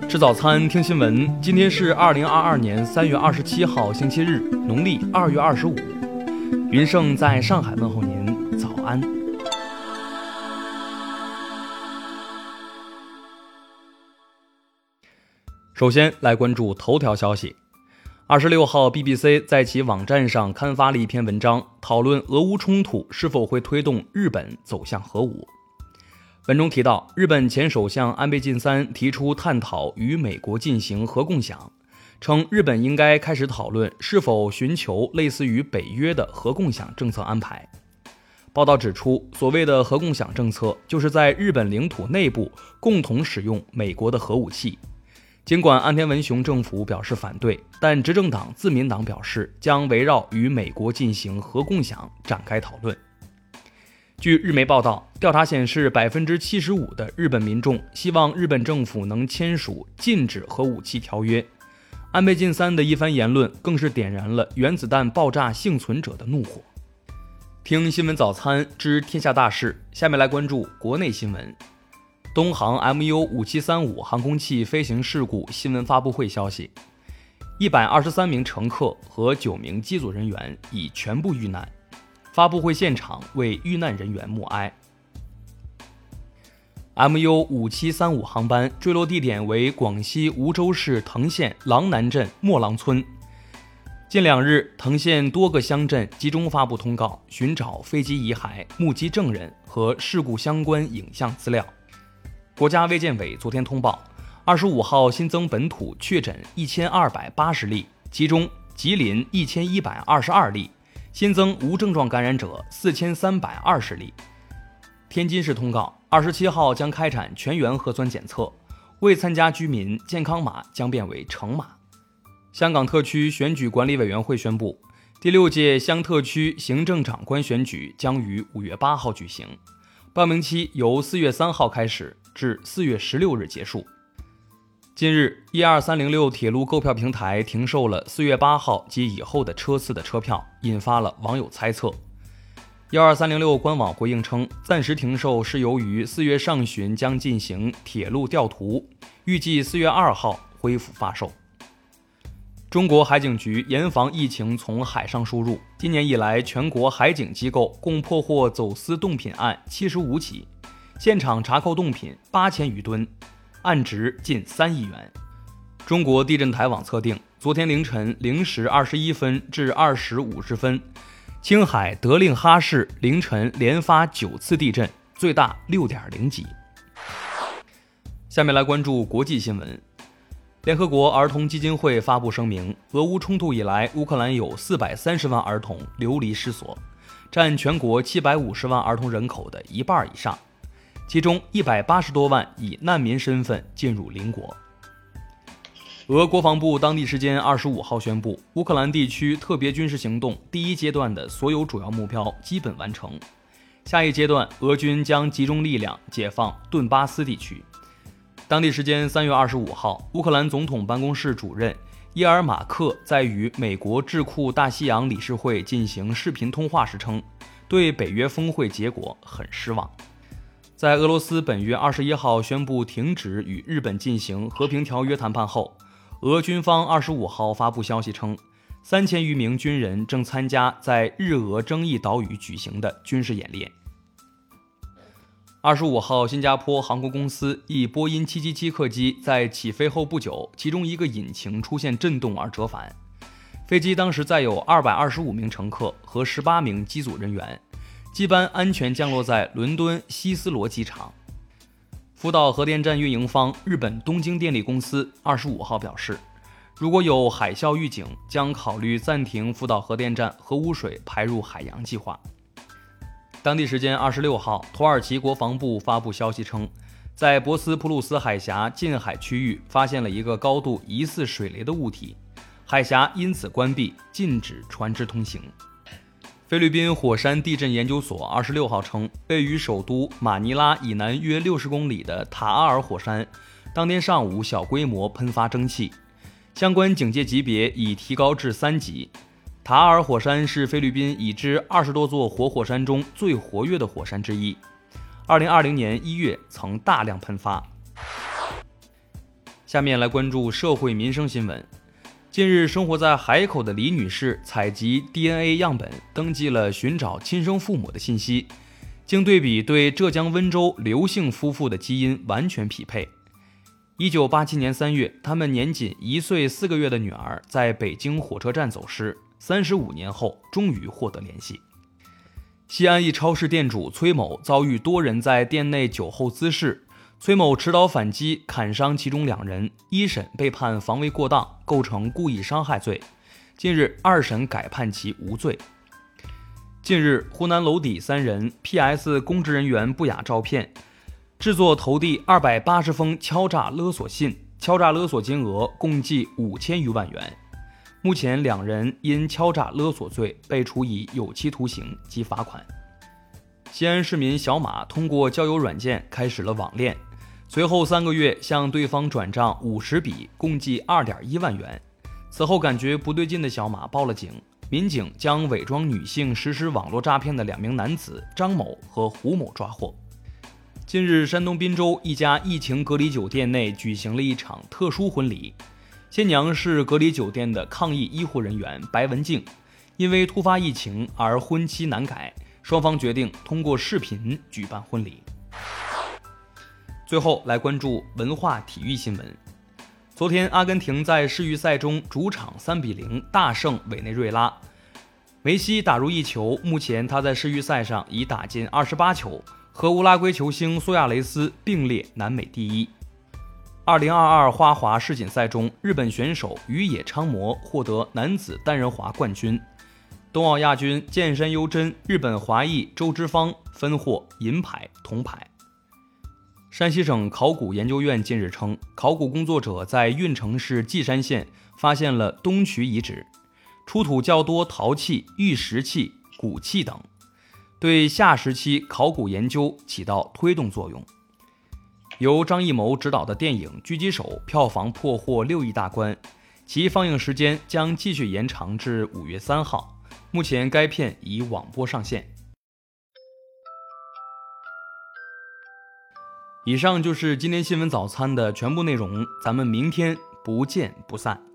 吃早餐，听新闻。今天是2022年3月27号，星期日，农历2月25。云盛在上海问候您，早安。首先来关注头条消息。26号 BBC 在其网站上刊发了一篇文章，讨论俄乌冲突是否会推动日本走向核武。文中提到，日本前首相安倍晋三提出探讨与美国进行核共享，称日本应该开始讨论是否寻求类似于北约的核共享政策安排。报道指出，所谓的核共享政策就是在日本领土内部共同使用美国的核武器。尽管岸田文雄政府表示反对，但执政党自民党表示将围绕与美国进行核共享展开讨论。据日媒报道，调查显示 75% 的日本民众希望日本政府能签署禁止核武器条约。安倍晋三的一番言论更是点燃了原子弹爆炸幸存者的怒火。听新闻早餐知天下大事，下面来关注国内新闻。东航 MU5735 航空器飞行事故新闻发布会消息，123名乘客和9名机组人员已全部遇难。发布会现场为遇难人员默哀。MU5735 航班坠落地点为广西梧州市藤县郎南镇莫郎村。近2日，藤县多个乡镇集中发布通告，寻找飞机遗骸、目击证人和事故相关影像资料。国家卫健委昨天通报，25号新增本土确诊1280例，其中吉林1122例，新增无症状感染者4320例。天津市通告，27号将开展全员核酸检测，未参加居民健康码将变为橙码。香港特区选举管理委员会宣布，第6届乡特区行政长官选举将于5月8号举行，报名期由4月3号开始至4月16日结束。近日，12306铁路购票平台停售了4月8号及以后的车次的车票，引发了网友猜测。12306官网回应称，暂时停售是由于4月上旬将进行铁路调图，预计4月2号恢复发售。中国海警局严防疫情从海上输入，今年以来全国海警机构共破获走私冻品案75起，现场查扣冻品8000余吨，案值近3亿元。中国地震台网测定，昨天凌晨0时21分至20时50分，青海德令哈市凌晨连发9次地震，最大6.0级。下面来关注国际新闻。联合国儿童基金会发布声明，俄乌冲突以来，乌克兰有430万儿童流离失所，占全国750万儿童人口的1半以上，其中180多万以难民身份进入邻国。俄国防部当地时间25号宣布，乌克兰地区特别军事行动第1阶段的所有主要目标基本完成，下一阶段俄军将集中力量解放顿巴斯地区。当地时间3月25号，乌克兰总统办公室主任耶尔马克在与美国智库大西洋理事会进行视频通话时称，对北约峰会结果很失望。在俄罗斯本月21号宣布停止与日本进行和平条约谈判后，俄军方25号发布消息称，3000余名军人正参加在日俄争议岛屿举行的军事演练。25号，新加坡航空公司一波音777客机在起飞后不久，其中一个引擎出现震动而折返。飞机当时载有225名乘客和18名机组人员，机班安全降落在伦敦希斯罗机场。福岛核电站运营方日本东京电力公司25号表示，如果有海啸预警，将考虑暂停福岛核电站核污水排入海洋计划。当地时间26号，土耳其国防部发布消息称，在博斯普鲁斯海峡近海区域发现了一个高度疑似水雷的物体，海峡因此关闭，禁止船只通行。菲律宾火山地震研究所26号称，位于首都马尼拉以南约60公里的塔阿尔火山，当天上午小规模喷发蒸汽，相关警戒级别已提高至3级。塔阿尔火山是菲律宾已知20多座活火山中最活跃的火山之一，2020年1月曾大量喷发。 下面来关注社会民生新闻。近日，生活在海口的李女士采集 DNA 样本，登记了寻找亲生父母的信息。经对比，对浙江温州刘姓夫妇的基因完全匹配。1987年3月，他们年仅1岁4个月的女儿在北京火车站走失，35年后终于获得联系。西安一超市店主崔某遭遇多人在店内酒后滋事，崔某持刀反击，砍伤其中2人，一审被判防卫过当，构成故意伤害罪。近日二审改判其无罪。近日，湖南娄底3人 PS 公职人员不雅照片，制作投递280封敲诈勒索信，敲诈勒索金额共计5000余万元。目前2人因敲诈勒索罪被处以有期徒刑及罚款。西安市民小马通过交友软件开始了网恋，随后3个月向对方转账50笔，共计2.1万元。此后感觉不对劲的小马报了警，民警将伪装女性实施网络诈骗的2名男子张某和胡某抓获。近日，山东滨州一家疫情隔离酒店内举行了一场特殊婚礼，新娘是隔离酒店的抗疫医护人员白文静，因为突发疫情而婚期难改，双方决定通过视频举办婚礼。最后来关注文化体育新闻。昨天，阿根廷在世预赛中主场3-0大胜委内瑞拉，梅西打入1球，目前他在世预赛上已打进28球，和乌拉圭球星苏亚雷斯并列南美第一。2022花滑世锦赛中，日本选手宇野昌磨获得男子单人滑冠军，冬奥亚军健山优真、日本华裔周之芳分获银牌、铜牌。山西省考古研究院近日称，考古工作者在运城市稷山县发现了东渠遗址，出土较多陶器、玉石器、骨器等，对夏时期考古研究起到推动作用。由张艺谋执导的电影《狙击手》票房破获6亿大关，其放映时间将继续延长至5月3号。目前该片已网播上线。以上就是今天新闻早餐的全部内容，咱们明天不见不散。